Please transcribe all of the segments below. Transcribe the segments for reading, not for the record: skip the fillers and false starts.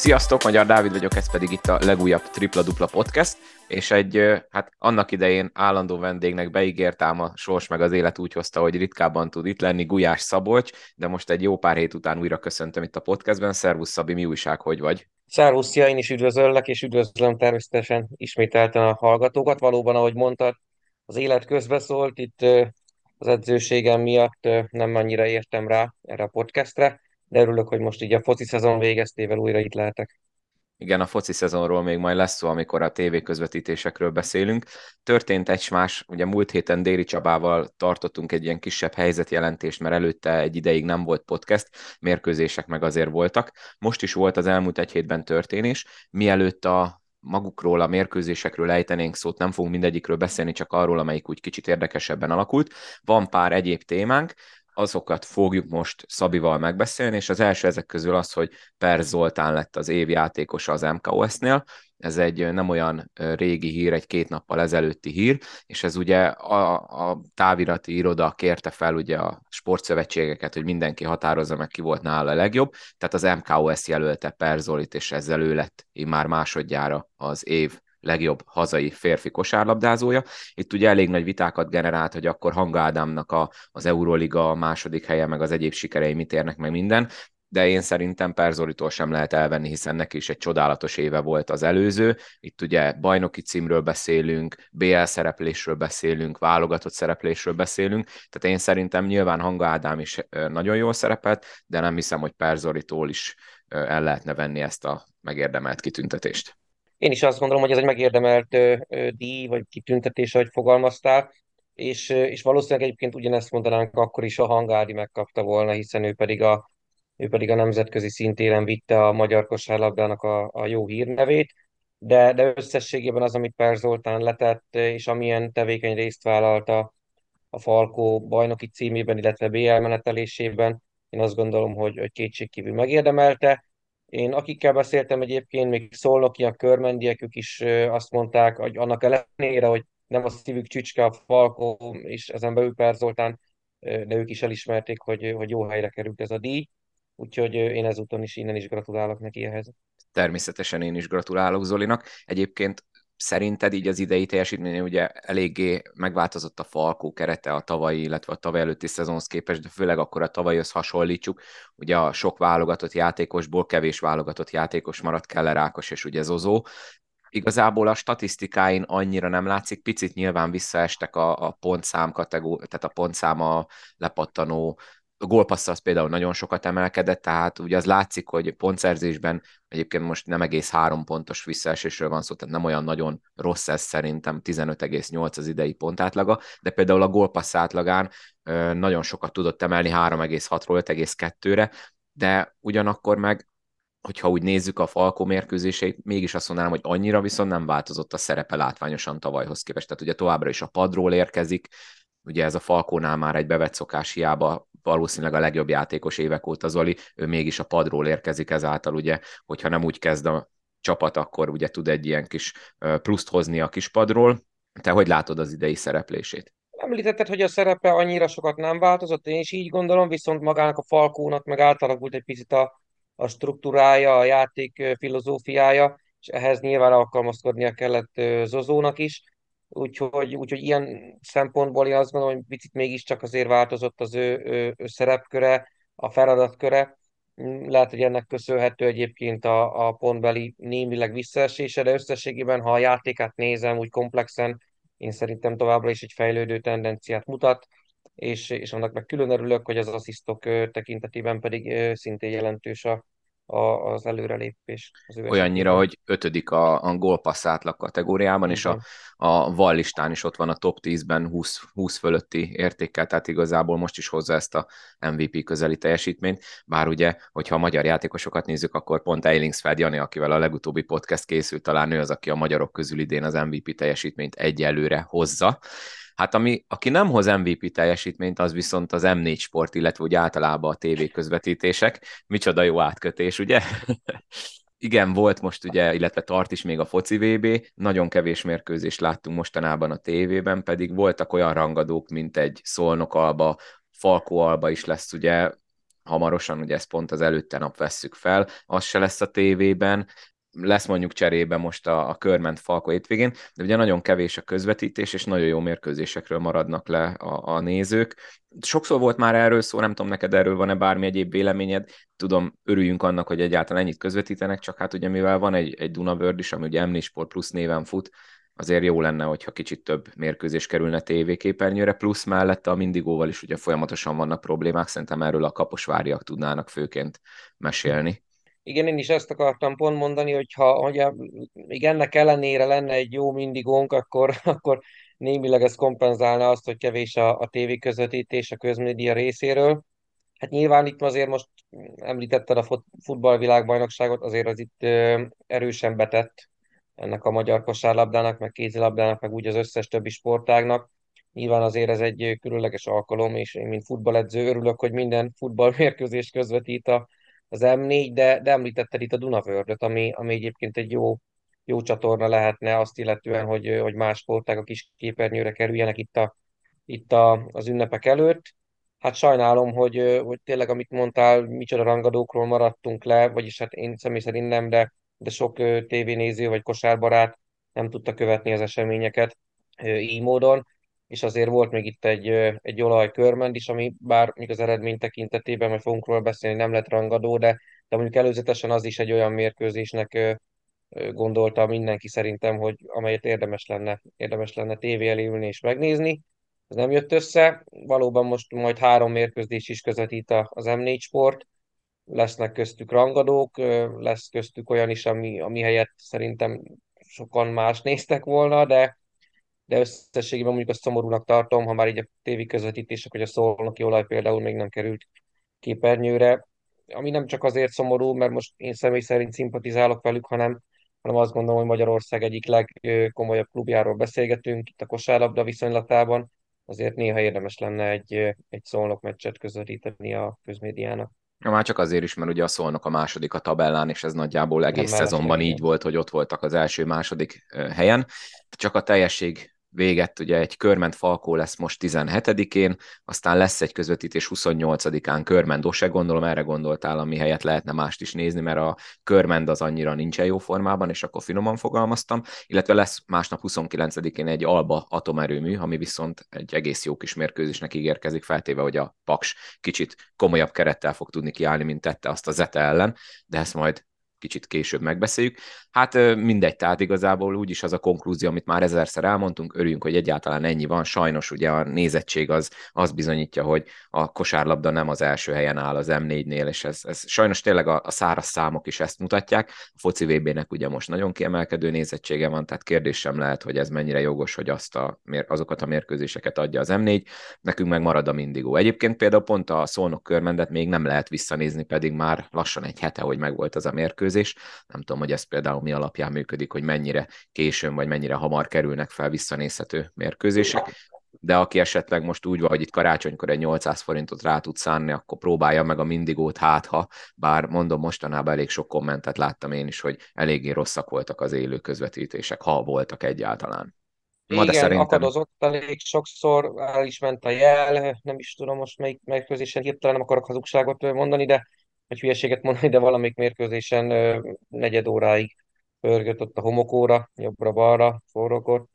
Sziasztok, Magyar Dávid vagyok, ez pedig itt a legújabb Tripla Dupla Podcast, és hát annak idején állandó vendégnek beígért, ám a sors meg az élet úgy hozta, hogy ritkábban tud itt lenni, Gulyás Szabolcs, de most egy jó pár hét után újra köszöntöm itt a podcastben. Szervusz Szabi, mi újság, hogy vagy? Szervusz, szia, én is üdvözöllek, és üdvözlöm természetesen ismételten a hallgatókat. Valóban, ahogy mondtad, az élet közbeszólt, itt az edzőségem miatt nem annyira értem rá erre a podcastre, de örülök, hogy most így a foci szezon végeztével újra itt lehetek. Igen, a foci szezonról még majd lesz szó, amikor a TV közvetítésekről beszélünk. Történt egy más, ugye múlt héten Déri Csabával tartottunk egy ilyen kisebb helyzetjelentést, mert előtte egy ideig nem volt podcast, mérkőzések meg azért voltak. Most is volt az elmúlt egy hétben történés. Mielőtt a magukról, a mérkőzésekről ejtenénk szót, nem fogunk mindegyikről beszélni, csak arról, amelyik úgy kicsit érdekesebben alakult. Van pár egyéb témánk, azokat fogjuk most Szabival megbeszélni, és az első ezek közül az, hogy Per Zoltán lett az év játékosa az MKOS-nél. Ez egy nem olyan régi hír, egy 2 nappal ezelőtti hír, és ez ugye a távirati iroda kérte fel ugye a sportszövetségeket, hogy mindenki határozza meg, ki volt nála a legjobb, tehát az MKOS jelölte Per Zolit, és ezzel ő lett már másodjára az év legjobb hazai férfi kosárlabdázója. Itt ugye elég nagy vitákat generált, hogy akkor Hanga Ádámnak az Euroliga második helye, meg az egyéb sikerei mit érnek meg minden, de én szerintem Perzoritól sem lehet elvenni, hiszen neki is egy csodálatos éve volt az előző. Itt ugye bajnoki címről beszélünk, BL szereplésről beszélünk, válogatott szereplésről beszélünk, tehát én szerintem nyilván Hanga Ádám is nagyon jól szerepelt, de nem hiszem, hogy Perzoritól is el lehetne venni ezt a megérdemelt kitüntetést. Én is azt gondolom, hogy ez egy megérdemelt díj, vagy kitüntetés, ahogy fogalmaztál, és valószínűleg egyébként ugyanezt mondanánk akkor is, a Hangádi megkapta volna, hiszen ő pedig a nemzetközi szintéren vitte a magyar kosárlabdának a jó hírnevét, de összességében az, amit Per Zoltán letett, és amilyen tevékeny részt vállalt a Falkó bajnoki címében, illetve BL menetelésében, én azt gondolom, hogy kétségkívül megérdemelte. Én akikkel beszéltem egyébként, még szolnokiak, körmendiek, ők is azt mondták, hogy annak ellenére, hogy nem a szívük csücske a Falkó, és ezen belül Per Zoltán, de ők is elismerték, hogy jó helyre került ez a díj. Úgyhogy én ezúton is innen is gratulálok neki ehhez. Természetesen én is gratulálok Zolinak. Egyébként szerinted így az idei teljesítmény ugye eléggé megváltozott a Falkó kerete a tavalyi, illetve a tavaly előtti szezonhoz képest, de főleg akkor a tavalyhoz hasonlítsuk. Ugye a sok válogatott játékosból kevés válogatott játékos maradt, Keller Ákos és ugye Zozó. Igazából a statisztikáin annyira nem látszik, picit nyilván visszaestek a pontszám kategória, tehát a pontszám a lepattanó, a gólpassz az például nagyon sokat emelkedett, tehát ugye az látszik, hogy pontszerzésben egyébként most nem egész 3 pontos visszaesésről van szó, tehát nem olyan nagyon rossz ez szerintem, 15,8 az idei pontátlaga, de például a gólpassz átlagán nagyon sokat tudott emelni 3,6-ról 5,2-re, de ugyanakkor meg hogyha úgy nézzük a Falkó mérkőzéseit, mégis azt mondanám, hogy annyira viszont nem változott a szerepe látványosan tavalyhoz képest. Tehát ugye továbbra is a padról érkezik, ugye ez a Falkónál már egy bevett szokás, hiába valószínűleg a legjobb játékos évek óta Zoli, ő mégis a padról érkezik, ezáltal ugye, hogyha nem úgy kezd a csapat, akkor ugye tud egy ilyen kis pluszt hozni a kispadról. Te hogy látod az idei szereplését? Említetted, hogy a szerepe annyira sokat nem változott, én is így gondolom, viszont magának a Falkónak meg átalakult egy picit a struktúrája, a játék filozófiája, és ehhez nyilván alkalmazkodnia kellett Zozónak is, úgyhogy ilyen szempontból én azt gondolom, hogy picit mégiscsak azért változott az ő szerepköre, a feladatköre. Lehet, hogy ennek köszönhető egyébként a pontbeli némileg visszaesése, de összességében, ha a játékát nézem úgy komplexen, én szerintem továbbra is egy fejlődő tendenciát mutat, és annak meg külön örülök, hogy az asszisztok tekintetében pedig szintén jelentős az előrelépés az ő Olyannyira, esetében. hogy ötödik a gólpassz átlag kategóriában, és Így van. a VAR listán is ott van a top 10-ben 20 fölötti értékkel, tehát igazából most is hozza ezt a MVP közeli teljesítményt, bár ugye, hogyha a magyar játékosokat nézzük, akkor pont Eilingsfeld Jani, akivel a legutóbbi podcast készült, talán ő az, aki a magyarok közül idén az MVP teljesítményt egyelőre hozza. Hát aki nem hoz MVP teljesítményt, az viszont az M4 Sport, illetve úgy általában a TV közvetítések. Micsoda jó átkötés, ugye? Igen, volt most ugye, illetve tart is még a foci VB, nagyon kevés mérkőzést láttunk mostanában a tévében, pedig voltak olyan rangadók, mint egy Szolnok Alba, Falkó Alba is lesz ugye, hamarosan, ugye ezt pont az előtte nap vesszük fel, az se lesz a tévében, lesz mondjuk cserébe most a Körment Falko hétvégén, de ugye nagyon kevés a közvetítés, és nagyon jó mérkőzésekről maradnak le a nézők. Sokszor volt már erről szó, nem tudom, neked erről van-e bármi egyéb véleményed, tudom, örüljünk annak, hogy egyáltalán ennyit közvetítenek, csak hát ugye mivel van egy Dunavörd is, ami ugye Sport Plus néven fut, azért jó lenne, hogyha kicsit több mérkőzés kerülne tévéképernyőre, plusz mellette a Mindigóval is ugye folyamatosan vannak problémák, szerintem erről a kaposváriak tudnának főként mesélni. Igen, én is ezt akartam pont mondani, hogy még ennek ellenére lenne egy jó mindigónk, akkor, akkor némileg ez kompenzálna azt, hogy kevés a tévé közvetítés a közmédia részéről. Hát nyilván itt azért most említetted a futballvilágbajnokságot, azért az itt erősen betett ennek a magyar kosárlabdának, meg kézilabdának, meg úgy az összes többi sportágnak. Nyilván azért ez egy különleges alkalom, és én, mint futballedző, örülök, hogy minden futballmérkőzést közvetít az M4, de említetted itt a Dunavördöt, ami egyébként egy jó csatorna lehetne azt illetően, hogy más sportágak is képernyőre kerüljenek az ünnepek előtt. Hát sajnálom, hogy tényleg, amit mondtál, micsoda rangadókról maradtunk le, vagyis hát én személy szerint nem, de sok tévénéző vagy kosárbarát nem tudta követni az eseményeket így módon, és azért volt még itt egy olajkörmend is, ami bár még az eredmény tekintetében, majd fogunk róla beszélni, nem lett rangadó, de mondjuk előzetesen az is egy olyan mérkőzésnek gondolta mindenki szerintem, hogy amelyet érdemes lenne tévé elé ülni és megnézni. Ez nem jött össze. Valóban most majd 3 mérkőzés is közvetít az M4 Sport. Lesznek köztük rangadók, lesz köztük olyan is, ami helyett szerintem sokan más néztek volna, de összességében mondjuk azt szomorúnak tartom, ha már így a tévé közvetítések, hogy a Szolnoki Olaj például még nem került képernyőre, ami nem csak azért szomorú, mert most én személy szerint szimpatizálok velük, hanem azt gondolom, hogy Magyarország egyik legkomolyabb klubjáról beszélgetünk itt a kosárlabda viszonylatában, azért néha érdemes lenne egy Szolnok meccset közvetíteni a közmédiának. Már csak azért is, mert ugye a Szolnok a második a tabellán, és ez nagyjából Nem egész mellesleg, szezonban így igen. volt, hogy ott voltak az első-második helyen. Csak a teljesség véget, ugye egy Körment Falkó lesz most 17-én, aztán lesz egy közvetítés 28-án Körmend Ose, gondolom erre gondoltál, ami helyett lehetne mást is nézni, mert a Körmend az annyira nincsen jó formában, és akkor finoman fogalmaztam, illetve lesz másnap 29-én egy Alba atomerőmű, ami viszont egy egész jó kis mérkőzésnek ígérkezik, feltéve, hogy a Paks kicsit komolyabb kerettel fog tudni kiállni, mint tette azt a Zete ellen, de ezt majd kicsit később megbeszéljük. Hát mindegy, tehát igazából úgyis az a konklúzió, amit már ezerszer elmondtunk, örüljünk, hogy egyáltalán ennyi van. Sajnos ugye a nézettség az bizonyítja, hogy a kosárlabda nem az első helyen áll az M4-nél, és ez sajnos tényleg a száraz számok is ezt mutatják. A foci VB-nek ugye most nagyon kiemelkedő nézettsége van, tehát kérdés sem lehet, hogy ez mennyire jogos, hogy azokat a mérkőzéseket adja az M4, nekünk meg marad a Mindigó. Egyébként például pont a Szolnok körmendet még nem lehet visszanézni, pedig már lassan egy hete, hogy megvolt az a mérkőzés. Nem tudom, hogy ez például mi alapján működik, hogy mennyire későn vagy mennyire hamar kerülnek fel visszanézhető mérkőzések. De aki esetleg most úgy van, hogy itt karácsonykor egy 800 forintot rá tud szánni, akkor próbálja meg a Mindigót, hát ha, bár mondom, mostanában elég sok kommentet láttam én is, hogy eléggé rosszak voltak az élő közvetítések, ha voltak egyáltalán. Ma de Igen, szerintem akadozott elég sokszor, el is ment a jel, nem is tudom most melyik mérkőzésen, hirtelen nem akarok hazugságot mondani, vagy hülyeséget mondani, de valamelyik mérkőzésen negyed óráig pörgött ott a homokóra, jobbra-balra, forrogott.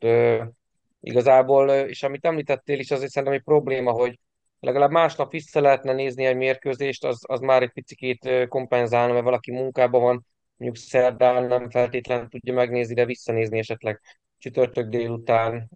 Igazából, és amit említettél is, azért szerintem egy probléma, hogy legalább másnap vissza lehetne nézni egy mérkőzést, az már egy picit kompenzálna, mert valaki munkában van, mondjuk szerdán nem feltétlenül tudja megnézni, de visszanézni esetleg csütörtök délután,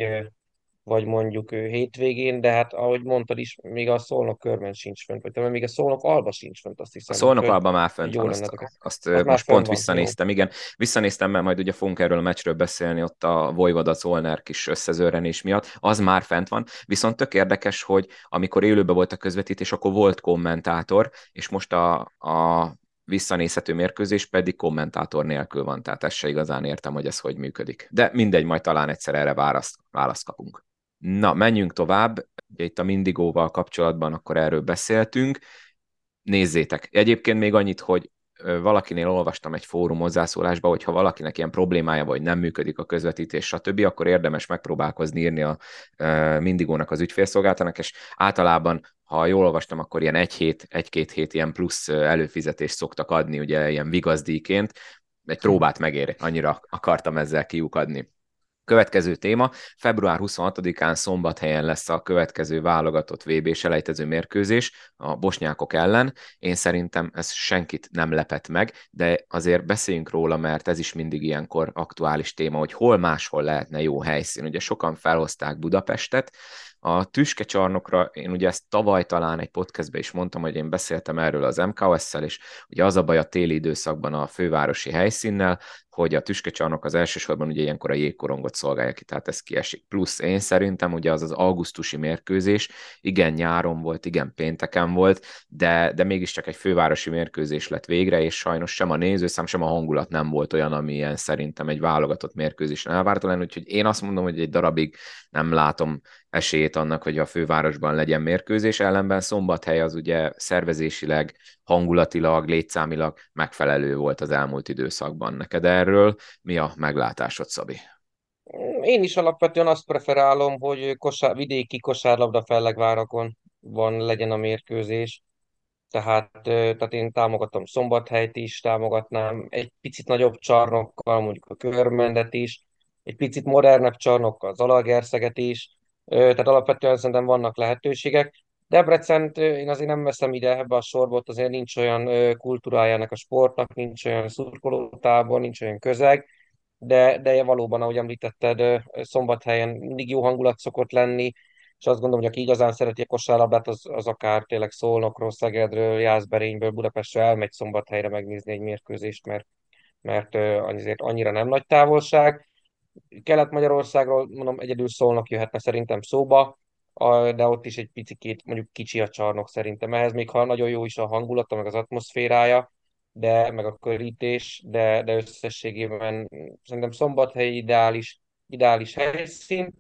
vagy mondjuk hétvégén, de hát ahogy mondtad is, még a Szolnok körben sincs fönt, vagy talán még a Szolnok Alba sincs fönt, azt a hiszem, Szolnokalban már hogy fönt jó van, lenne azt, ezeket. azt Az már most fönn pont van, jó. visszanéztem, igen. Visszanéztem, mert majd ugye fogunk erről a meccsről beszélni, ott a Vojvoda Zolnár kis összezörrenés miatt, az már fent van, viszont tök érdekes, hogy amikor élőben volt a közvetítés, akkor volt kommentátor, és most a visszanézhető mérkőzés pedig kommentátor nélkül van, tehát ezt se igazán értem, hogy ez hogy működik. De mindegy, majd talán egyszer erre választ kapunk. Na, menjünk tovább. Ugye itt a Mindigóval kapcsolatban akkor erről beszéltünk. Nézzétek. Egyébként még annyit, hogy valakinél olvastam egy fórum hozzászólásba, hogy ha valakinek ilyen problémája, vagy nem működik a közvetítés, stb., akkor érdemes megpróbálkozni írni a Mindigónak az ügyfélszolgáltatónak, és általában ha jól olvastam, akkor ilyen egy-két hét ilyen plusz előfizetést szoktak adni, ugye ilyen vigazdíjként. Egy próbát megér, annyira akartam ezzel kiukadni. Következő téma, február 26-án Szombathelyen lesz a következő válogatott VB selejtező mérkőzés a bosnyákok ellen. Én szerintem ez senkit nem lepett meg, de azért beszéljünk róla, mert ez is mindig ilyenkor aktuális téma, hogy hol máshol lehetne jó helyszín. Ugye sokan felhozták Budapestet, a tüskecsarnokra, én ugye ezt tavaly talán egy podcastben is mondtam, hogy én beszéltem erről az MKS-szel, és ugye az a baj a téli időszakban a fővárosi helyszínnel, hogy a tüskecsarnok az elsősorban ugye ilyenkor a jégkorongot szolgálja ki, tehát ez kiesik. Plusz én szerintem ugye az augusztusi mérkőzés, igen nyáron volt, igen pénteken volt, de mégiscsak egy fővárosi mérkőzés lett végre, és sajnos sem a nézőszám, sem a hangulat nem volt olyan, amilyen szerintem egy válogatott mérkőzésen elvárható lenne, úgyhogy én azt mondom, hogy egy darabig nem látom esélyét annak, hogy a fővárosban legyen mérkőzés, ellenben Szombathely az ugye szervezésileg, hangulatilag, létszámilag megfelelő volt az elmúlt időszakban. Neked erről mi a meglátásod, Szabi? Én is alapvetően azt preferálom, hogy vidéki kosárlabda fellegvárakon legyen a mérkőzés. Tehát én támogatom Szombathelyt is, támogatnám egy picit nagyobb csarnokkal, mondjuk a Körmendet is, egy picit modernebb csarnokkal Zalaegerszeget is, tehát alapvetően szerintem vannak lehetőségek. Debrecent én azért nem veszem ide ebbe a sorba, ott azért nincs olyan kultúrájának a sportnak, nincs olyan szurkolótábor, nincs olyan közeg, de valóban, ahogy említetted, Szombathelyen mindig jó hangulat szokott lenni, és azt gondolom, hogy aki igazán szereti a kosárlabdát, az akár tényleg Szolnokról, Szegedről, Jászberényből, Budapestről elmegy Szombathelyre megnézni egy mérkőzést, mert azért annyira nem nagy távolság. Kelet-Magyarországról mondom, egyedül Szolnok jöhetne szerintem szóba, de ott is egy picit mondjuk kicsi a csarnok szerintem. Ehhez még ha nagyon jó is a hangulata, meg az atmoszférája, meg a körítés, de összességében szerintem Szombathely ideális helyszín.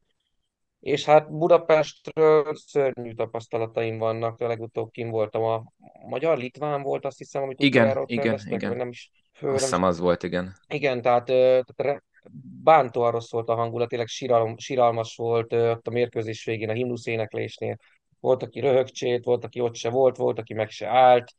És hát Budapestről szörnyű tapasztalataim vannak. A legutóbb kim voltam a magyar-litván volt, azt hiszem, amit Igen, utoljára ott igen, rendeztek, vagy igen. nem is, Azt nem is. hiszem az volt, igen. Igen, tehát bántóan rossz volt a hangulat, tényleg siralmas volt ott a mérkőzés végén a himnusz éneklésnél. Volt, aki röhögcsét, volt, aki ott se volt, aki meg se állt.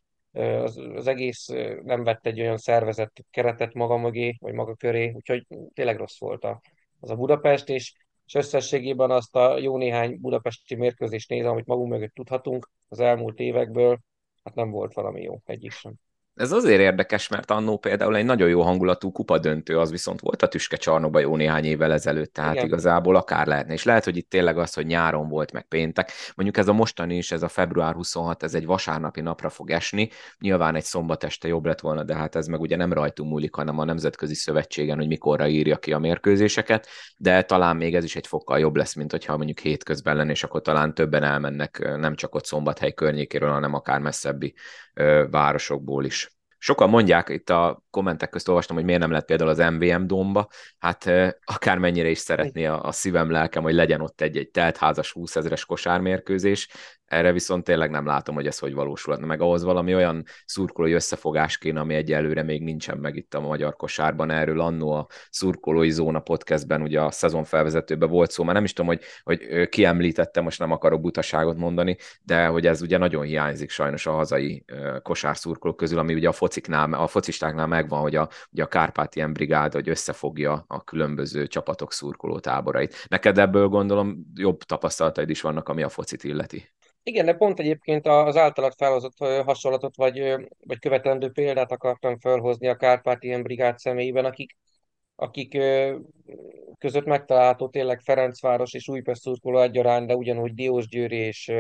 Az egész nem vett egy olyan szervezett keretet maga mögé, vagy maga köré, úgyhogy tényleg rossz volt az a Budapest, és összességében azt a jó néhány budapesti mérkőzést nézem, amit magunk mögött tudhatunk az elmúlt évekből, hát nem volt valami jó, egyik sem. Ez azért érdekes, mert annó például egy nagyon jó hangulatú kupadöntő, az viszont volt a Tüskecsarnokban jó néhány évvel ezelőtt, tehát Igen, igazából akár lehetne. És lehet, hogy itt tényleg az, hogy nyáron volt, meg péntek. Mondjuk ez a mostani is, ez a február 26, ez egy vasárnapi napra fog esni. Nyilván egy szombat este jobb lett volna, de hát ez meg ugye nem rajtunk múlik, hanem a Nemzetközi Szövetségen, hogy mikorra írja ki a mérkőzéseket, de talán még ez is egy fokkal jobb lesz, mint hogyha mondjuk hétközben lenne, és akkor talán többen elmennek nem csak ott Szombathely környékéről, hanem akár messzebbi városokból is. Sokan mondják, itt a kommentek közt olvastam, hogy miért nem lett például az MVM Domba, hát akármennyire is szeretné a szívem, lelkem, hogy legyen ott egy teltházas 20 000-es kosármérkőzés, erre viszont tényleg nem látom, hogy ez hogy valósulhatna meg. Ahhoz valami olyan szurkolói összefogás kéne, ami egyelőre még nincsen meg itt a magyar kosárban. Erről annó a szurkolói zóna podcastben, ugye a szezon felvezetőben volt szó, már nem is tudom, hogy kiemlítette, most nem akarok butaságot mondani, de hogy ez ugye nagyon hiányzik sajnos a hazai kosárszurkolók közül, ami ugye a focistáknál megvan, hogy ugye a Kárpátien brigád, hogy összefogja a különböző csapatok szurkoló táborait. Neked ebből gondolom jobb tapasztalataid is vannak, ami a focit illeti. Igen, de pont egyébként az általad felhozott hasonlatot, vagy követendő példát akartam felhozni a Kárpát-ilyen brigád személyében, akik között megtalálható tényleg Ferencváros és Újpest szurkoló egyaránt, de ugyanúgy Diósgyőri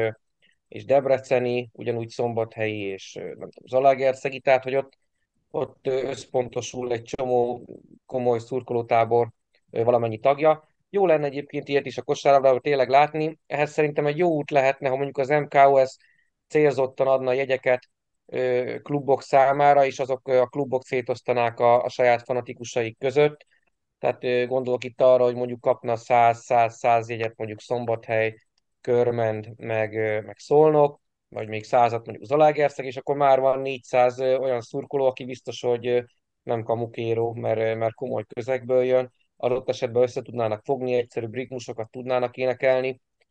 és Debreceni, ugyanúgy Szombathelyi és nem tudom, Zalaegerszegi, tehát hogy ott összpontosul egy csomó komoly szurkolótábor valamennyi tagja. Jó lenne egyébként ilyet is a kosárlabdában tényleg látni. Ehhez szerintem egy jó út lehetne, ha mondjuk az MKOS célzottan adna jegyeket klubok számára, és azok a klubok szétosztanák a saját fanatikusaik között. Tehát gondolok itt arra, hogy mondjuk kapna 100 jegyet mondjuk Szombathely, Körmend, meg Szolnok, vagy még 100-at mondjuk Zalaegerszeg, és akkor már van 400 olyan szurkoló, aki biztos, hogy nem kamukéró, mert komoly közegből jön. Adott esetben össze tudnának fogni, egyszerű ritmusokat tudnának énekelni,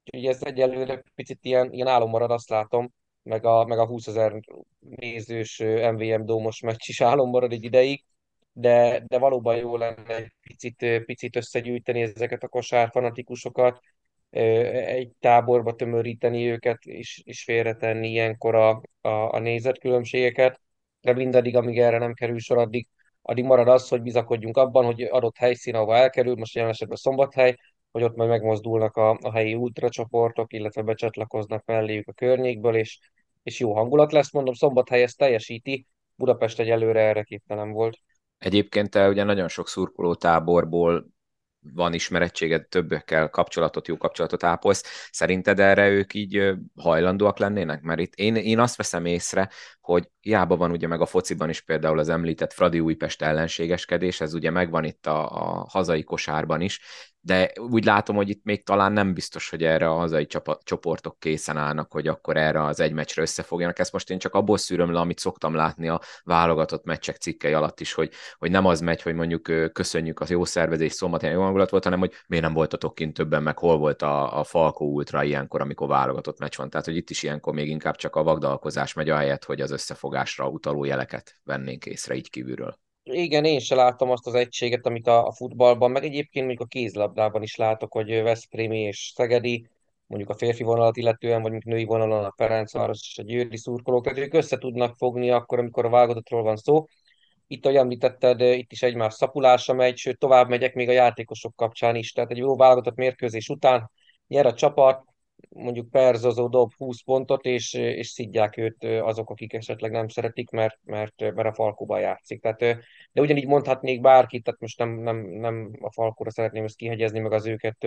Úgyhogy ez egyelőre picit ilyen álom marad, azt látom, meg a 20 000 nézős MVM Dómos meccs is álom marad egy ideig, de valóban jó lenne egy picit összegyűjteni ezeket a kosárfanatikusokat, egy táborba tömöríteni őket, és félretenni ilyenkor a nézetkülönbségeket, de mindaddig, amíg erre nem kerül sor, addig marad az, hogy bizakodjunk abban, hogy adott helyszín, ahova elkerül, most jelen esetben Szombathely, hogy ott majd megmozdulnak a helyi ultracsoportok, illetve becsatlakoznak melléjük a környékből, és jó hangulat lesz. Mondom, Szombathely ezt teljesíti, Budapest egyelőre erre képtelen volt. Egyébként te ugye nagyon sok szurkoló táborból van ismerettséged, többekkel jó kapcsolatot ápolsz. Szerinted erre ők így hajlandóak lennének? Mert itt én azt veszem észre, hogy hiába van ugye meg a fociban is például az említett Fradi Újpest ellenségeskedés, ez ugye megvan itt a hazai kosárban is, de úgy látom, hogy itt még talán nem biztos, hogy erre a hazai csoportok készen állnak, hogy akkor erre az egy meccsre összefogjanak. Ezt most én csak abból szűröm le, amit szoktam látni a válogatott meccsek cikkei alatt is, hogy nem az megy, hogy mondjuk köszönjük a jó szervezés, szombathelyen jó hangulat volt, hanem hogy miért nem voltatok kint többen, meg hol volt a Falkó Ultra ilyenkor, amikor válogatott meccs van. Tehát, hogy itt is ilyenkor még inkább csak a vagdalkozás megy, ahelyett, hogy az összefogásra utaló jeleket vennénk észre így kívülről. Igen, én se látom azt az egységet, amit a futballban, meg egyébként mondjuk a kézlabdában is látok, hogy veszprémi és szegedi, mondjuk a férfi vonalat illetően, vagy mondjuk női vonalon a Ferencváros és a győri szurkolók, tehát ők össze tudnak fogni akkor, amikor a válogatottról van szó. Itt, ahogy említetted, itt is egymás szapulása megy, sőt tovább megyek még a játékosok kapcsán is. Tehát egy jó válogatott mérkőzés után nyer a csapat, mondjuk Perzozó dob 20 pontot, és szidják őt azok, akik esetleg nem szeretik, mert a Falkóban játszik. Tehát, de ugyanígy mondhatnék bárkit, tehát most nem a Falkóra szeretném ezt kihegyezni, meg az őket,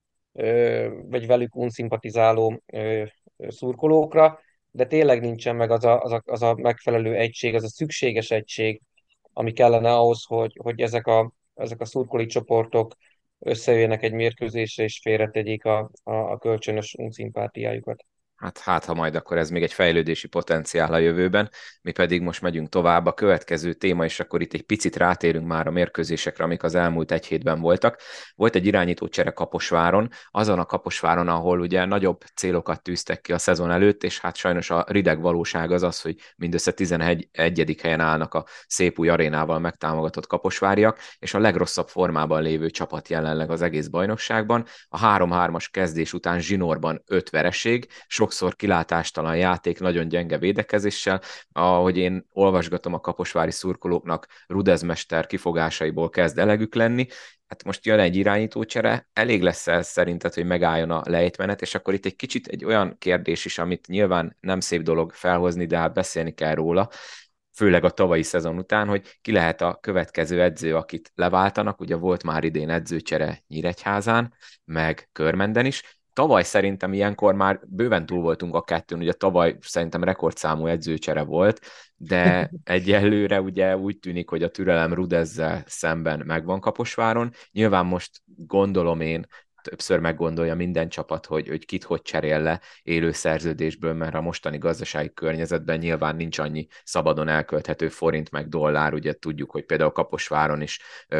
vagy velük unszimpatizáló szurkolókra, de tényleg nincsen meg az a megfelelő egység, az a szükséges egység, ami kellene ahhoz, hogy ezek a szurkolói csoportok összejöjjenek egy mérkőzésre, és félretegyék a kölcsönös unszimpátiájukat. Hát, ha majd akkor ez még egy fejlődési potenciál a jövőben, mi pedig most megyünk tovább. A következő téma, és akkor itt egy picit rátérünk már a mérkőzésekre, amik az elmúlt egy hétben voltak. Volt egy irányító csere Kaposváron, azon a Kaposváron, ahol ugye nagyobb célokat tűztek ki a szezon előtt, és hát sajnos a rideg valóság az, hogy mindössze 11. helyen állnak a szép új arénával megtámogatott kaposváriak, és a legrosszabb formában lévő csapat jelenleg az egész bajnokságban. A 3-3-as kezdés után zsinórban 5 vereség, sokszor kilátástalan játék, nagyon gyenge védekezéssel. Ahogy én olvasgatom a kaposvári szurkolóknak, Rudezmester kifogásaiból kezd elegük lenni. Hát most jön egy irányítócsere, elég lesz ez szerinted, hogy megálljon a lejtmenet, és akkor itt egy kicsit egy olyan kérdés is, amit nyilván nem szép dolog felhozni, de hát beszélni kell róla, főleg a tavalyi szezon után, hogy ki lehet a következő edző, akit leváltanak. Ugye volt már idén edzőcsere Nyíregyházán, meg Körmenden is. Tavaly szerintem ilyenkor már bőven túl voltunk a kettőn, ugye tavaly szerintem rekordszámú edzőcsere volt, de egyelőre ugye úgy tűnik, hogy a türelem Rudezzel szemben megvan Kaposváron. Nyilván most gondolom én, többször meggondolja minden csapat, hogy kit hogy cserél le élő szerződésből, mert a mostani gazdasági környezetben nyilván nincs annyi szabadon elkölthető forint meg dollár, ugye tudjuk, hogy például Kaposváron is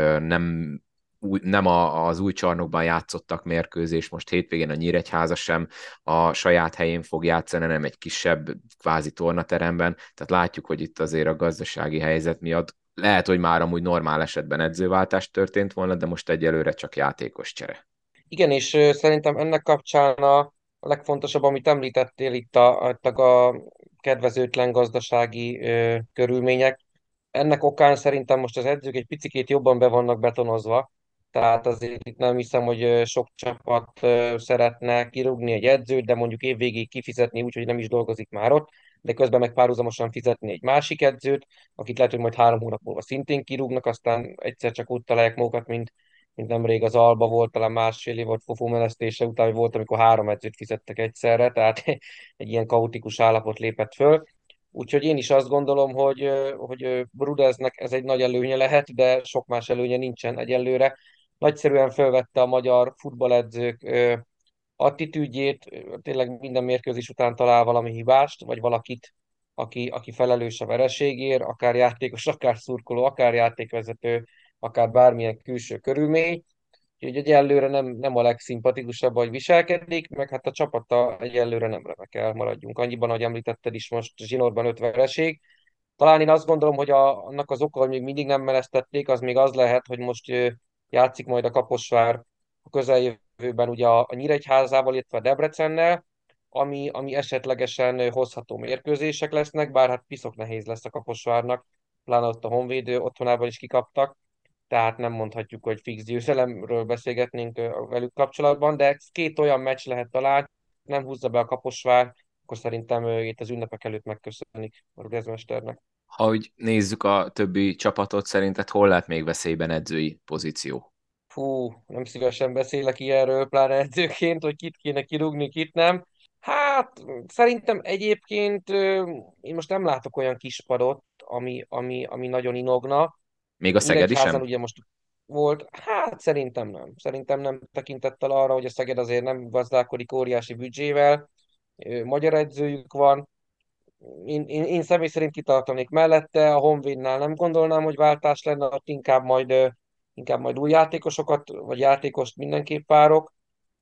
nem az új csarnokban játszottak mérkőzés, most hétvégén a Nyíregyháza sem a saját helyén fog játszani, nem egy kisebb kvázi tornateremben, tehát látjuk, hogy itt azért a gazdasági helyzet miatt lehet, hogy már amúgy normál esetben edzőváltás történt volna, de most egyelőre csak játékos csere. Igen, és szerintem ennek kapcsán a legfontosabb, amit említettél itt a kedvezőtlen gazdasági körülmények. Ennek okán szerintem most az edzők egy picikét jobban be vannak betonozva, tehát azért itt nem hiszem, hogy sok csapat szeretne kirúgni egy edzőt, de mondjuk évvégéig kifizetni úgy, hogy nem is dolgozik már ott, de közben meg párhuzamosan fizetni egy másik edzőt, akit lehet, hogy majd 3 hónap múlva szintén kirúgnak, aztán egyszer csak úgy találják magukat, mint nemrég az Alba volt, talán másfél év volt Fofó menesztése után, hogy volt, amikor 3 edzőt fizettek egyszerre, tehát egy ilyen kaotikus állapot lépett föl. Úgyhogy én is azt gondolom, hogy Rudeznek ez egy nagy előnye lehet, de sok más előnye nincsen egyelőre. Nagyszerűen felvette a magyar futballedzők attitűdjét, tényleg minden mérkőzés után talál valami hibást, vagy valakit, aki felelős a vereségért, akár játékos, akár szurkoló, akár játékvezető, akár bármilyen külső körülmény. Úgyhogy egyelőre nem a legszimpatikusabb, hogy viselkedik, meg hát a csapata egyelőre nem remek, maradjunk annyiban, ahogy említetted is, most zsinórban 5 vereség. Talán én azt gondolom, hogy annak az oka, hogy még mindig nem menesztették, az még az lehet, hogy most játszik majd a Kaposvár a közeljövőben ugye a Nyíregyházával, illetve a Debrecennel, ami esetlegesen hozható mérkőzések lesznek, bár hát piszok nehéz lesz a Kaposvárnak, pláne ott a Honvéd otthonában is kikaptak, tehát nem mondhatjuk, hogy fix győzelemről beszélgetnénk velük kapcsolatban, de ez két olyan meccs lehet talán, nem húzza be a Kaposvár, akkor szerintem itt az ünnepek előtt megköszönik a Rudezmesternek. Ha úgy nézzük a többi csapatot, szerinted hol lehet még veszélyben edzői pozíció? Fú, nem szívesen beszélek ilyenről, pláne edzőként, hogy kit kéne kirúgni, kit nem. Hát szerintem egyébként én most nem látok olyan kispadot, ami nagyon inogna. Még a Szegedi Nyíregyházan sem? ugye most volt, hát szerintem nem. Szerintem nem tekintettel arra, hogy a Szeged azért nem gazdálkodik óriási büdzsével. Magyar edzőjük van, én személy szerint kitartanék mellette, a Honvédnál nem gondolnám, hogy váltás lenne, ott inkább majd új játékosokat, vagy játékost mindenképp várok.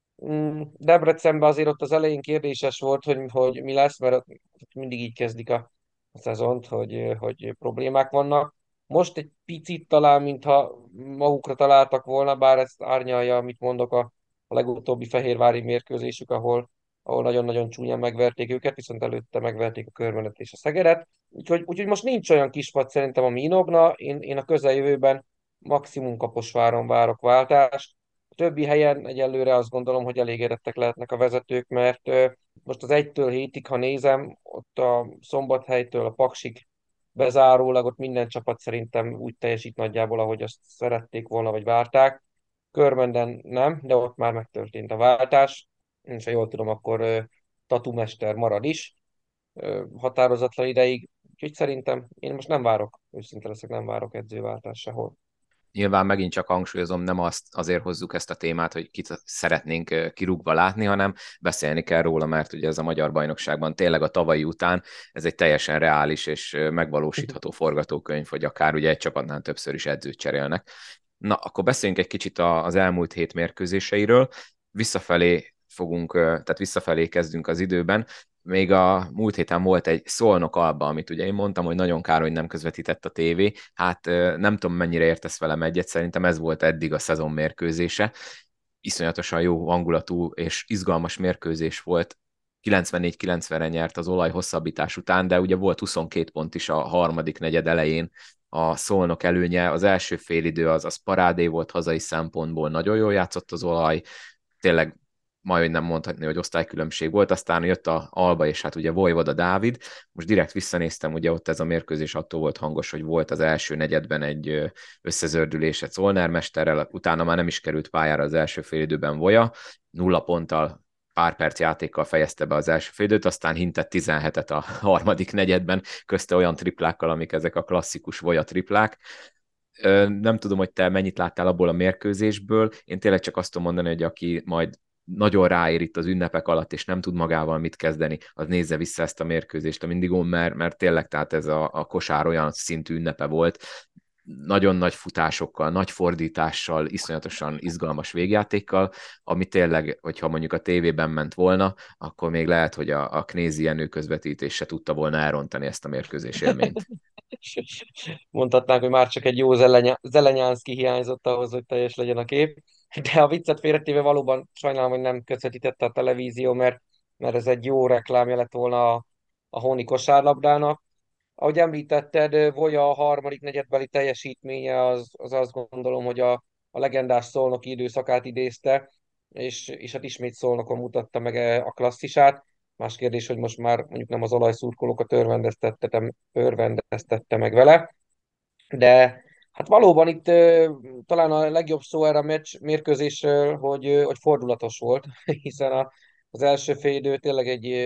Debrecenben azért ott az elején kérdéses volt, hogy mi lesz, mert ott mindig így kezdik a szezont, hogy problémák vannak. Most egy picit talán, mintha magukra találtak volna, bár ezt árnyalja, amit mondok a legutóbbi fehérvári mérkőzésük, ahol nagyon-nagyon csúnyán megverték őket, viszont előtte megverték a Körmenet és a Szegedet. Úgyhogy most nincs olyan kispad szerintem, ami inogna. Én a közeljövőben maximum Kaposváron várok váltást. A többi helyen egyelőre azt gondolom, hogy elégedettek lehetnek a vezetők, mert most az 1-től 7-ig, ha nézem, ott a Szombathelytől a Paksig bezárólag ott minden csapat szerintem úgy teljesít nagyjából, ahogy azt szerették volna, vagy várták. Körmenden nem, de ott már megtörtént a váltás. És ha jól tudom, akkor tatumester marad is határozatlan ideig. Úgyhogy szerintem én most nem várok, őszinte leszek, nem várok edzőváltás sehol. Nyilván megint csak hangsúlyozom, nem azért hozzuk ezt a témát, hogy kit szeretnénk kirúgva látni, hanem beszélni kell róla, mert ugye ez a magyar bajnokságban tényleg a tavalyi után ez egy teljesen reális és megvalósítható forgatókönyv, hogy akár ugye egy csapatnál többször is edzőt cserélnek. Na, akkor beszéljünk egy kicsit az elmúlt hét mérkőzéseiről. Visszafelé tehát visszafelé kezdünk az időben. Még a múlt héten volt egy Szolnok Alba, amit ugye én mondtam, hogy nagyon kár, hogy nem közvetített a tévé. Hát nem tudom, mennyire értesz velem egyet, szerintem ez volt eddig a szezon mérkőzése. Iszonyatosan jó hangulatú és izgalmas mérkőzés volt. 94-90-re nyert az olaj hosszabbítás után, de ugye volt 22 pont is a harmadik negyed elején a Szolnok előnye. Az első félidő az parádé volt hazai szempontból, nagyon jól játszott az olaj, tényleg majd nem mondhatni, hogy osztálykülönbség volt, aztán jött a Alba, és hát ugye Vojvoda Dávid, most direkt visszanéztem, ugye ott ez a mérkőzés attól volt hangos, hogy volt az első negyedben egy összezördülés egy Zollner mesterrel, utána már nem is került pályára az első félidőben Voja, 0 ponttal pár perc játékkal fejezte be az első félidőt, aztán hintett 17-et a harmadik negyedben, közte olyan triplákkal, amik ezek a klasszikus Voja triplák. Nem tudom, hogy te mennyit láttál abból a mérkőzésből. Én tényleg csak azt tudom mondani, hogy aki majd nagyon ráér itt az ünnepek alatt, és nem tud magával mit kezdeni, az nézze vissza ezt a mérkőzést a Mindigón, mert tényleg tehát ez a kosár olyan szintű ünnepe volt, nagyon nagy futásokkal, nagy fordítással, iszonyatosan izgalmas végjátékkal, ami tényleg, hogyha mondjuk a tévében ment volna, akkor még lehet, hogy a Knézi Jenő közvetítés se tudta volna elrontani ezt a mérkőzés élményt. Mondhatnánk, hogy már csak egy jó Zelenyánszki hiányzott ahhoz, hogy teljes legyen a kép. De a viccet félretéve valóban sajnálom, hogy nem közvetítette a televízió, mert ez egy jó reklámja lett volna a Hóni kosárlabdának. Ahogy említetted, Voja a harmadik negyedbeli teljesítménye az azt gondolom, hogy a legendás szolnoki időszakát idézte, és hát ismét Szolnokon mutatta meg a klasszisát. Más kérdés, hogy most már mondjuk nem az olajszurkolókat örvendeztette meg vele, de hát valóban itt talán a legjobb szó erre a mérkőzésről, hogy fordulatos volt, hiszen az első fél idő tényleg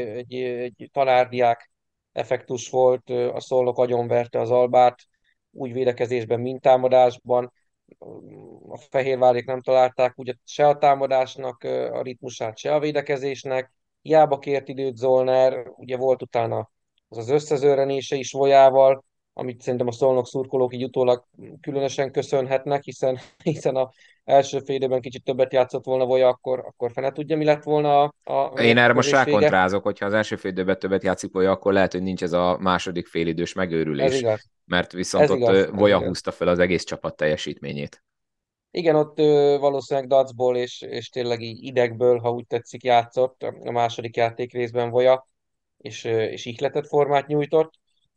egy tanárdiák effektus volt, a Szolnok agyonverte az Albát, úgy védekezésben, mint támadásban. A fehérvárék nem találták ugye se a támadásnak a ritmusát, se a védekezésnek. Hiába kért időt Zollner, ugye volt utána az összezörrenése is Vojával, amit szerintem a Szolnok szurkolók így utólag különösen köszönhetnek, hiszen első fél időben kicsit többet játszott volna Voja, akkor fene tudja, mi lett volna a Én erre most mérkőzés vége. rákontrázok, hogyha az első fél időben többet játszik Voja, akkor lehet, hogy nincs ez a második félidős Ez megőrülés, igaz. mert viszont Ez ott igaz, ez Voja igaz. húzta fel az egész csapat teljesítményét. Igen, ott valószínűleg dacból és tényleg így idegből, ha úgy tetszik, játszott a második játék részben Voja, és ihletett formát nyújtott.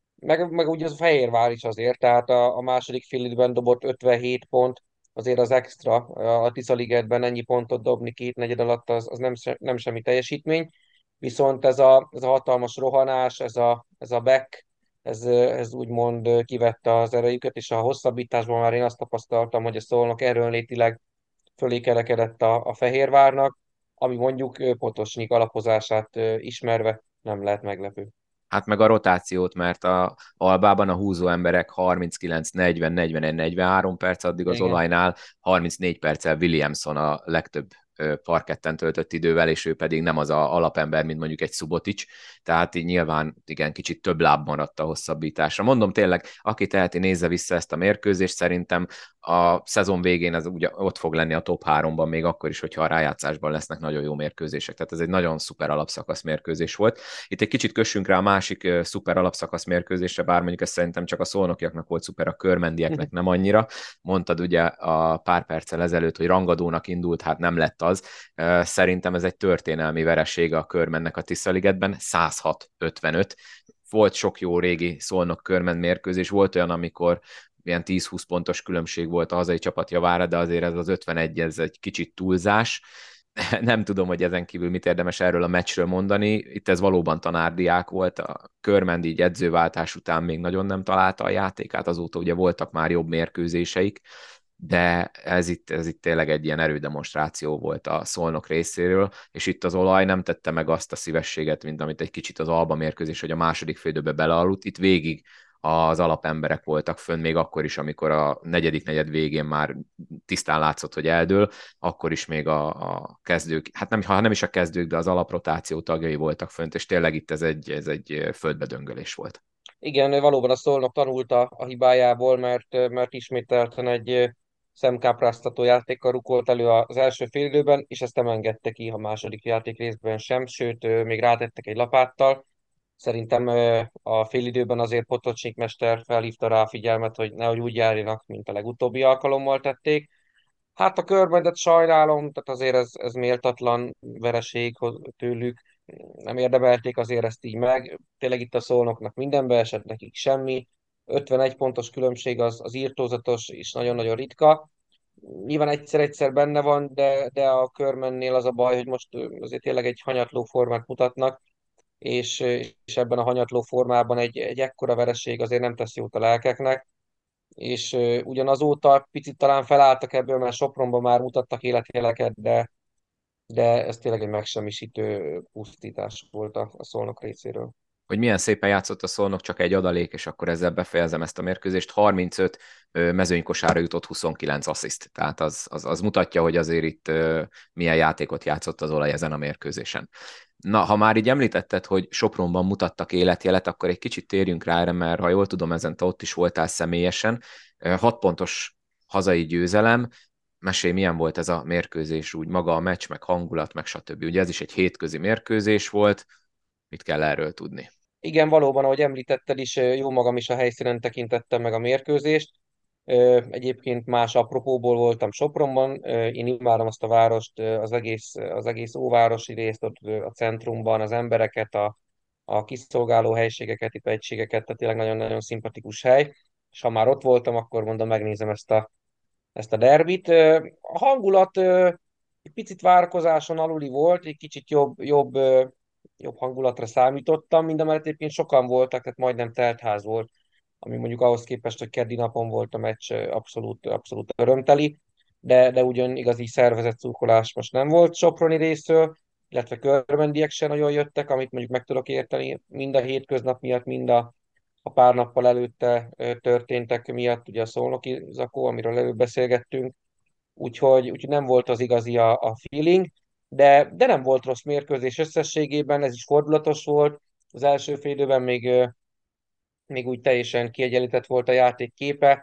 Meg ugye az a Fehérvár is azért, tehát a második fél időben dobott 57 pont, azért az extra, a Tisza Ligetben ennyi pontot dobni két negyed alatt, az nem, nem semmi teljesítmény, viszont ez a hatalmas rohanás, ez a back, ez úgymond kivette az erejüket, és a hosszabbításban már én azt tapasztaltam, hogy a Szolnok erőnlétileg fölé kerekedett a Fehérvárnak, ami mondjuk Potosnyik alapozását ismerve nem lehet meglepő. Hát meg a rotációt, mert a Albában a húzó emberek 39, 40, 41, 43 perc, addig az Igen. olajnál 34 perccel Williamson a legtöbb parketten töltött idővel, és ő pedig nem az a alapember, mint mondjuk egy Subotics, tehát így nyilván igen, kicsit több láb maradt a hosszabbításra. Mondom tényleg, aki teheti, nézze vissza ezt a mérkőzést, szerintem a szezon végén ez ugye ott fog lenni a top 3-ban, még akkor is, hogyha a rájátszásban lesznek nagyon jó mérkőzések. Tehát ez egy nagyon szuper alapszakasz mérkőzés volt. Itt egy kicsit kössünk rá a másik szuper alapszakasz mérkőzésre, bár mondjuk ez szerintem csak a szolnokiaknak volt szuper, a körmendieknek nem annyira. Mondtad ugye a pár perccel ezelőtt, hogy rangadónak indult, hát nem lett az. Szerintem ez egy történelmi veresége a körmennek a Tiszaligetben, 106-55. Volt sok jó régi Szolnok körmen mérkőzés, volt olyan, amikor ilyen 10-20 pontos különbség volt a hazai csapat javára, de azért ez az 51, ez egy kicsit túlzás. Nem tudom, hogy ezen kívül mit érdemes erről a meccsről mondani. Itt ez valóban tanárdiák volt. A Körmend így edzőváltás után még nagyon nem találta a játékát, azóta ugye voltak már jobb mérkőzéseik, de ez itt tényleg egy ilyen erődemonstráció volt a Szolnok részéről, és itt az olaj nem tette meg azt a szívességet, mint amit egy kicsit az Alba mérkőzés, hogy a második félidőbe belealudt. Itt végig az alapemberek voltak fönn, még akkor is, amikor a negyedik negyed végén már tisztán látszott, hogy eldől, akkor is még a kezdők, hát nem, ha nem is a kezdők, de az alaprotáció tagjai voltak fönt, és tényleg itt ez egy földbedöngölés volt. Igen, valóban a Szolnok tanult a hibájából, mert ismételten egy szemkápráztató játékkal rukolt elő az első félidőben, és ezt nem engedte ki a második játék részben sem, sőt, még rátettek egy lapáttal. Szerintem a félidőben azért Potocsnik mester felhívta rá a figyelmet, hogy nehogy úgy járjanak, mint a legutóbbi alkalommal tették. Hát a körbendet sajnálom, tehát azért ez méltatlan vereség tőlük. Nem érdemelték azért ezt így meg. Tényleg itt a Szolnoknak mindenbe esett, nekik semmi. 51 pontos különbség az írtózatos és nagyon-nagyon ritka. Nyilván egyszer-egyszer benne van, de a körmennél az a baj, hogy most azért tényleg egy hanyatló formát mutatnak, és ebben a hanyatló formában egy ekkora vereség azért nem tesz jót a lelkeknek, és ugyanazóta picit talán felálltak ebből, mert Sopronban már mutattak életjeleket, de ez tényleg egy megsemmisítő pusztítás volt a Szolnok részéről. Hogy milyen szépen játszott a Szolnok, csak egy adalék, és akkor ezzel befejezem ezt a mérkőzést. 35 mezőnykosára jutott 29 assziszt. Tehát az mutatja, hogy azért itt milyen játékot játszott az olaj ezen a mérkőzésen. Na, ha már így említetted, hogy Sopronban mutattak életjelet, akkor egy kicsit térjünk rá erre, mert ha jól tudom, ezen te ott is voltál személyesen. 6 pontos hazai győzelem. Mesélj, milyen volt ez a mérkőzés, úgy maga a meccs, meg hangulat, meg stb. Ugye ez is egy hétközi mérkőzés volt. Mit kell erről tudni? Igen, valóban, ahogy említetted is, jó magam is a helyszínen tekintettem meg a mérkőzést. Egyébként más apropóból voltam Sopronban. Én imádom azt a várost, az egész óvárosi részt, ott a centrumban, az embereket, a kiszolgáló helységeket, itt egységeket, tehát tényleg nagyon-nagyon szimpatikus hely. És ha már ott voltam, akkor mondom, megnézem ezt a derbit. A hangulat egy picit várakozáson aluli volt, egy kicsit jobb hangulatra számítottam, mindemellett egyébként sokan voltak, tehát majdnem telt ház volt, ami mondjuk ahhoz képest, hogy keddi napon volt a meccs, abszolút örömteli, de ugyan igazi szervezett szurkolás most nem volt Soproni részről, illetve körmendiek se nagyon jöttek, amit mondjuk meg tudok érteni, mind a hétköznap miatt, mind a pár nappal előtte történtek miatt, ugye a Szolnoki zakó, amiről előbb beszélgettünk, úgyhogy nem volt az igazi a feeling, de nem volt rossz mérkőzés összességében, ez is fordulatos volt. Az első fél időben még úgy teljesen kiegyenlített volt a játék képe,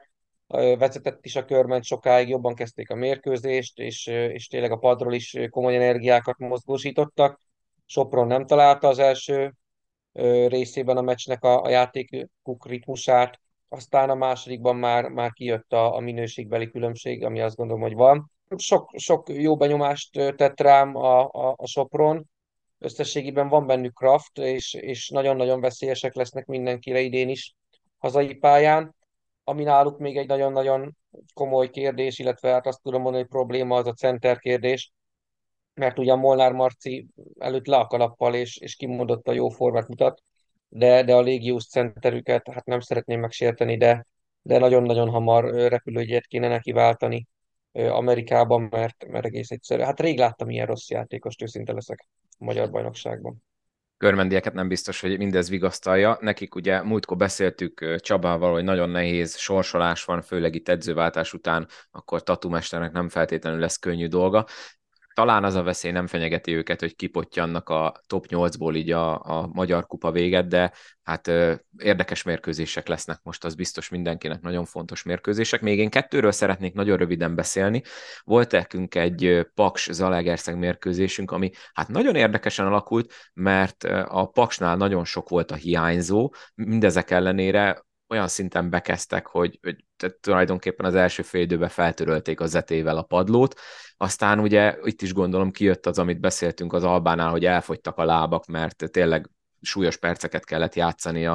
vezetett is a körment sokáig, jobban kezdték a mérkőzést, és tényleg a padról is komoly energiákat mozgósítottak. Sopron nem találta az első részében a meccsnek a játékuk ritmusát, aztán a másodikban már kijött a minőségbeli különbség, ami azt gondolom, hogy van. Sok jó benyomást tett rám a Sopron, összességében van bennük kraft, és nagyon-nagyon veszélyesek lesznek mindenkire idén is hazai pályán. Ami náluk még egy nagyon-nagyon komoly kérdés, illetve hát azt tudom mondani, hogy probléma az a center kérdés, mert ugyan Molnár Marci előtt le a kalappal, és kimondott a jó formát mutat, de a légiós centerüket, hát nem szeretném megsérteni, de nagyon-nagyon hamar repülőgyet kéne neki váltani Amerikában, mert egész egyszerű. Hát rég láttam ilyen rossz játékost, őszinte leszek a magyar bajnokságban. Körmendieket nem biztos, hogy mindez vigasztalja. Nekik ugye múltkor beszéltük Csabával, hogy nagyon nehéz sorsolás van, főleg itt edzőváltás után, akkor tatumesternek nem feltétlenül lesz könnyű dolga. Talán az a veszély nem fenyegeti őket, hogy kipottyannak a top 8-ból így a Magyar Kupa véget, de hát érdekes mérkőzések lesznek most, az biztos mindenkinek nagyon fontos mérkőzések. Még én kettőről szeretnék nagyon röviden beszélni. Volt nekünk egy Paks-Zalaegerszeg mérkőzésünk, ami hát nagyon érdekesen alakult, mert a Paksnál nagyon sok volt a hiányzó, mindezek ellenére olyan szinten bekezdtek, hogy tulajdonképpen az első fél időben feltörölték a zetével a padlót, aztán ugye itt is gondolom kijött az, amit beszéltünk az Albánál, hogy elfogytak a lábak, mert tényleg súlyos perceket kellett játszani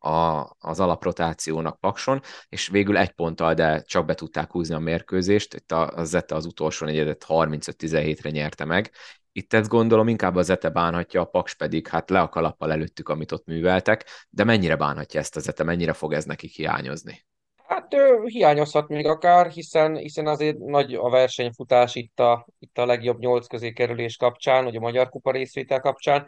az alaprotációnak Pakson, és végül egy ponttal, de csak be tudták húzni a mérkőzést. Itt a Zete az utolsó negyedet 35-17-re nyerte meg. Itt ezt gondolom inkább a Zete bánhatja, a Paks pedig hát le a kalappal előttük, amit ott műveltek, de mennyire bánhatja ezt a Zete, mennyire fog ez nekik hiányozni? Hát hiányozhat még akár, hiszen azért nagy a versenyfutás itt a legjobb nyolc közé kerülés kapcsán, vagy a Magyar Kupa részvétel kapcsán,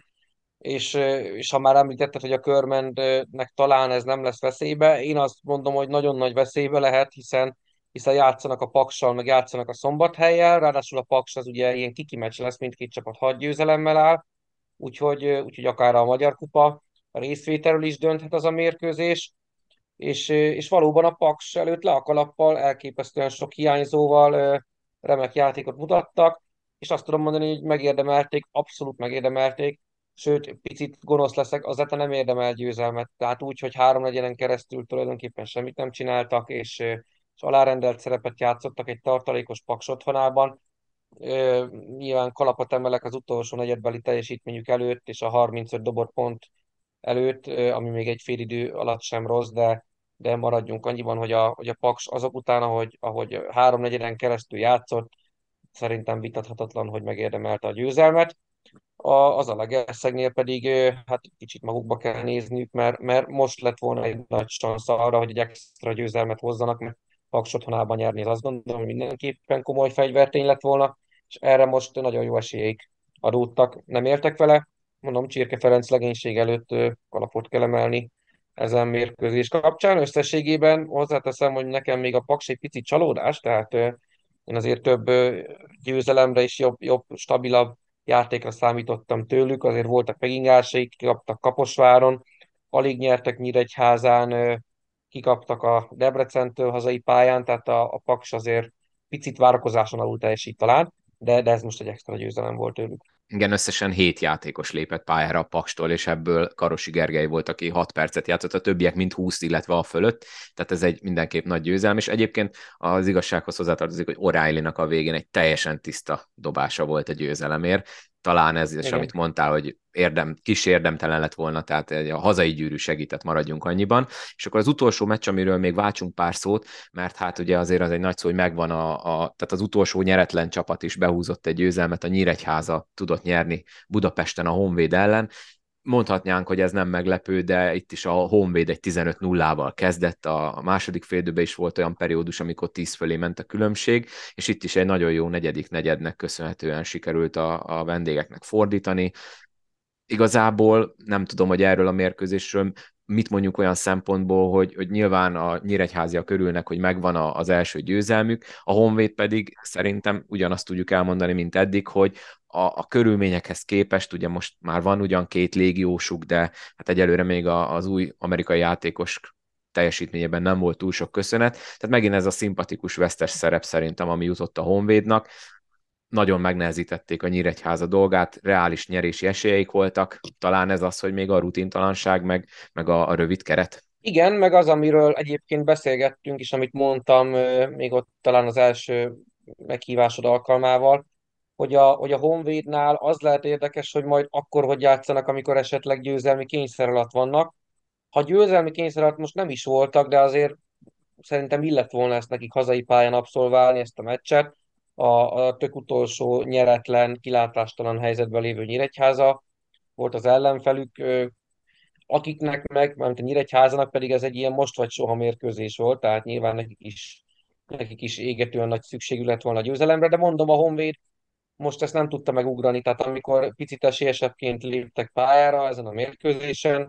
és ha már említetted, hogy a Körmendnek talán ez nem lesz veszélybe, én azt mondom, hogy nagyon nagy veszélybe lehet, hiszen játszanak a Paksal, meg játszanak a Szombathellyel, ráadásul a Paks az ugye ilyen kiki meccs lesz, mindkét csapat 6 győzelemmel áll, úgyhogy akár a Magyar Kupa a részvételről is dönthet az a mérkőzés, és valóban a Paks előtt le a kalappal, elképesztően sok hiányzóval remek játékot mutattak, és azt tudom mondani, hogy megérdemelték, abszolút megérdemelték, sőt, picit gonosz leszek, az Zete nem érdemel győzelmet, tehát úgy, hogy 3-4-en keresztül tulajdonképpen semmit nem csináltak, és alárendelt szerepet játszottak egy tartalékos Paks otthonában. Nyilván kalapot emelek az utolsó negyedbeli teljesítményük előtt, és a 35 dobott pont előtt, ami még egy félidő alatt sem rossz, de maradjunk annyiban, hogy a Paks azok után, ahogy 3-4-en keresztül játszott, szerintem vitathatatlan, hogy megérdemelte a győzelmet. Az a Legerszegnél pedig hát kicsit magukba kell nézniük, mert most lett volna egy nagy szansz arra, hogy egy extra győzelmet hozzanak, mert Paks otthonában nyerni, az azt gondolom, hogy mindenképpen komoly fegyvertény lett volna, és erre most nagyon jó esélyeik adódtak, nem értek vele. Mondom, Csirke Ferenc legénység előtt kalapot kell emelni ezen mérkőzés kapcsán. Összességében hozzáteszem, hogy nekem még a Paks egy picit csalódás, tehát én azért több győzelemre is jobb, stabilabb játékra számítottam tőlük, azért voltak megingásaik, kikaptak Kaposváron, alig nyertek Nyíregyházán, kikaptak a Debrecentől hazai pályán, tehát a Paks azért picit várakozáson alul teljesít talán, de ez most egy extra győzelem volt tőlük. Igen, összesen 7 játékos lépett pályára a Pakstól, és ebből Karosi Gergely volt, aki 6 percet játszott, a többiek mind 20, illetve a fölött, tehát ez egy mindenképp nagy győzelem, és egyébként az igazsághoz hozzátartozik, hogy O'Reillynak a végén egy teljesen tiszta dobása volt a győzelemért, talán ez is, amit Igen. mondtál, hogy kis érdemtelen lett volna, tehát a hazai gyűrű segített, maradjunk annyiban. És akkor az utolsó meccs, amiről még váltsunk pár szót, mert hát ugye azért az egy nagy szó, hogy megvan tehát az utolsó nyeretlen csapat is behúzott egy győzelmet, a Nyíregyháza tudott nyerni Budapesten a Honvéd ellen. Mondhatnánk, hogy ez nem meglepő, de itt is a Honvéd egy 15-0-val kezdett, a második félidőben is volt olyan periódus, amikor 10 fölé ment a különbség, és itt is egy nagyon jó negyedik negyednek köszönhetően sikerült a vendégeknek fordítani. Igazából nem tudom, hogy erről a mérkőzésről mit mondjuk olyan szempontból, hogy nyilván a nyíregyháziak örülnek, hogy megvan az első győzelmük, a Honvéd pedig szerintem ugyanazt tudjuk elmondani, mint eddig, hogy a körülményekhez képest, ugye most már van ugyan két légiósuk, de hát egyelőre még az új amerikai játékos teljesítményében nem volt túl sok köszönet. Tehát megint ez a szimpatikus vesztes szerep szerintem, ami jutott a Honvédnak. Nagyon megnehezítették a Nyíregyháza dolgát, reális nyerési esélyeik voltak. Talán ez az, hogy még a rutintalanság, meg a rövid keret. Igen, meg az, amiről egyébként beszélgettünk, és amit mondtam még ott talán az első meghívásod alkalmával, hogy a Honvédnál az lehet érdekes, hogy majd akkor, hogy játszanak, amikor esetleg győzelmi kényszer alatt vannak. Ha győzelmi kényszer alatt most nem is voltak, de azért szerintem illett volna ezt nekik hazai pályán abszolválni, ezt a meccset. A tök utolsó nyeretlen, kilátástalan helyzetben lévő Nyíregyháza volt az ellenfelük, akiknek meg, mert a Nyíregyházának pedig ez egy ilyen most vagy soha mérkőzés volt, tehát nyilván nekik is égetően nagy szükségük lett volna a győzelemre, de mondom, a Honvéd most ezt nem tudta megugrani, tehát amikor picit esélyesebbként léptek pályára ezen a mérkőzésen,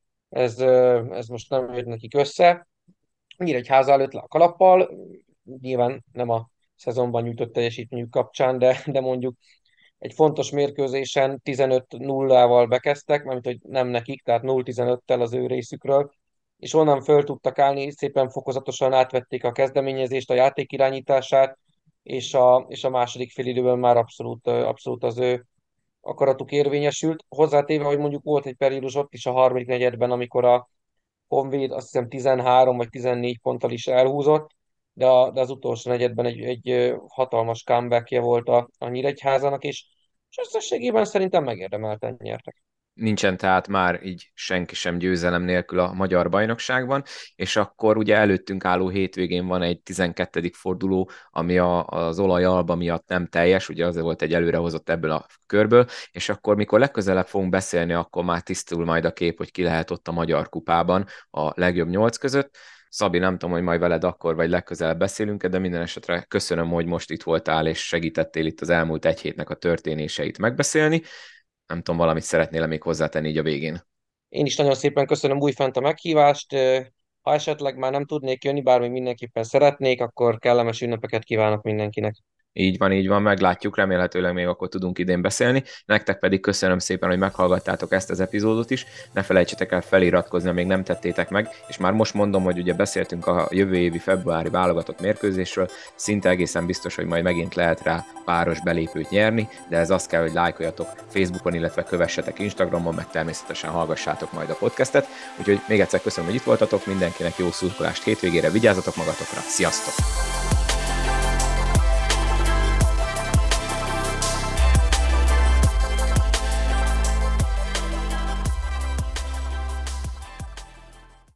ez most nem jött nekik össze. Nyíregyháza előtt le a kalappal, nyilván nem a szezonban nyújtott teljesítményük kapcsán, de mondjuk egy fontos mérkőzésen 15-0-val bekezdtek, mármint hogy nem nekik, tehát 0-15-tel az ő részükről, és onnan föl tudtak állni, szépen fokozatosan átvették a kezdeményezést, a játék irányítását, és a második félidőben már abszolút az ő akaratuk érvényesült. Hozzátéve, hogy mondjuk volt egy periódus ott is a harmadik negyedben, amikor a Honvéd azt hiszem 13 vagy 14 ponttal is elhúzott, de az utolsó negyedben egy hatalmas comebackje volt a Nyíregyházának, és összességében szerintem megérdemelten nyertek. Nincsen tehát már így senki sem győzelem nélkül a magyar bajnokságban, és akkor ugye előttünk álló hétvégén van egy 12. forduló, ami az olaj-alba miatt nem teljes, ugye az volt egy előrehozott ebből a körből, és akkor mikor legközelebb fogunk beszélni, akkor már tisztul majd a kép, hogy ki lehet ott a Magyar Kupában a legjobb 8 között. Szabi, nem tudom, hogy majd veled akkor vagy legközelebb beszélünk, de minden esetre köszönöm, hogy most itt voltál, és segítettél itt az elmúlt egy hétnek a történéseit megbeszélni. Nem tudom, valamit szeretnél még hozzátenni így a végén. Én is nagyon szépen köszönöm újfent a meghívást. Ha esetleg már nem tudnék jönni, bár még mindenképpen szeretnék, akkor kellemes ünnepeket kívánok mindenkinek. Így van, meglátjuk, remélhetőleg még akkor tudunk idén beszélni. Nektek pedig köszönöm szépen, hogy meghallgattátok ezt az epizódot is. Ne felejtsetek el feliratkozni, ha még nem tettétek meg, és már most mondom, hogy ugye beszéltünk a jövő évi februári válogatott mérkőzésről, szinte egészen biztos, hogy majd megint lehet rá páros belépőt nyerni, de ez azt kell, hogy lájkoljatok Facebookon, illetve kövessetek Instagramon, meg természetesen hallgassátok majd a podcastet. Úgyhogy még egyszer köszönöm, hogy itt voltatok, mindenkinek jó szurkolást hétvégére, vigyázzatok magatokra, sziasztok!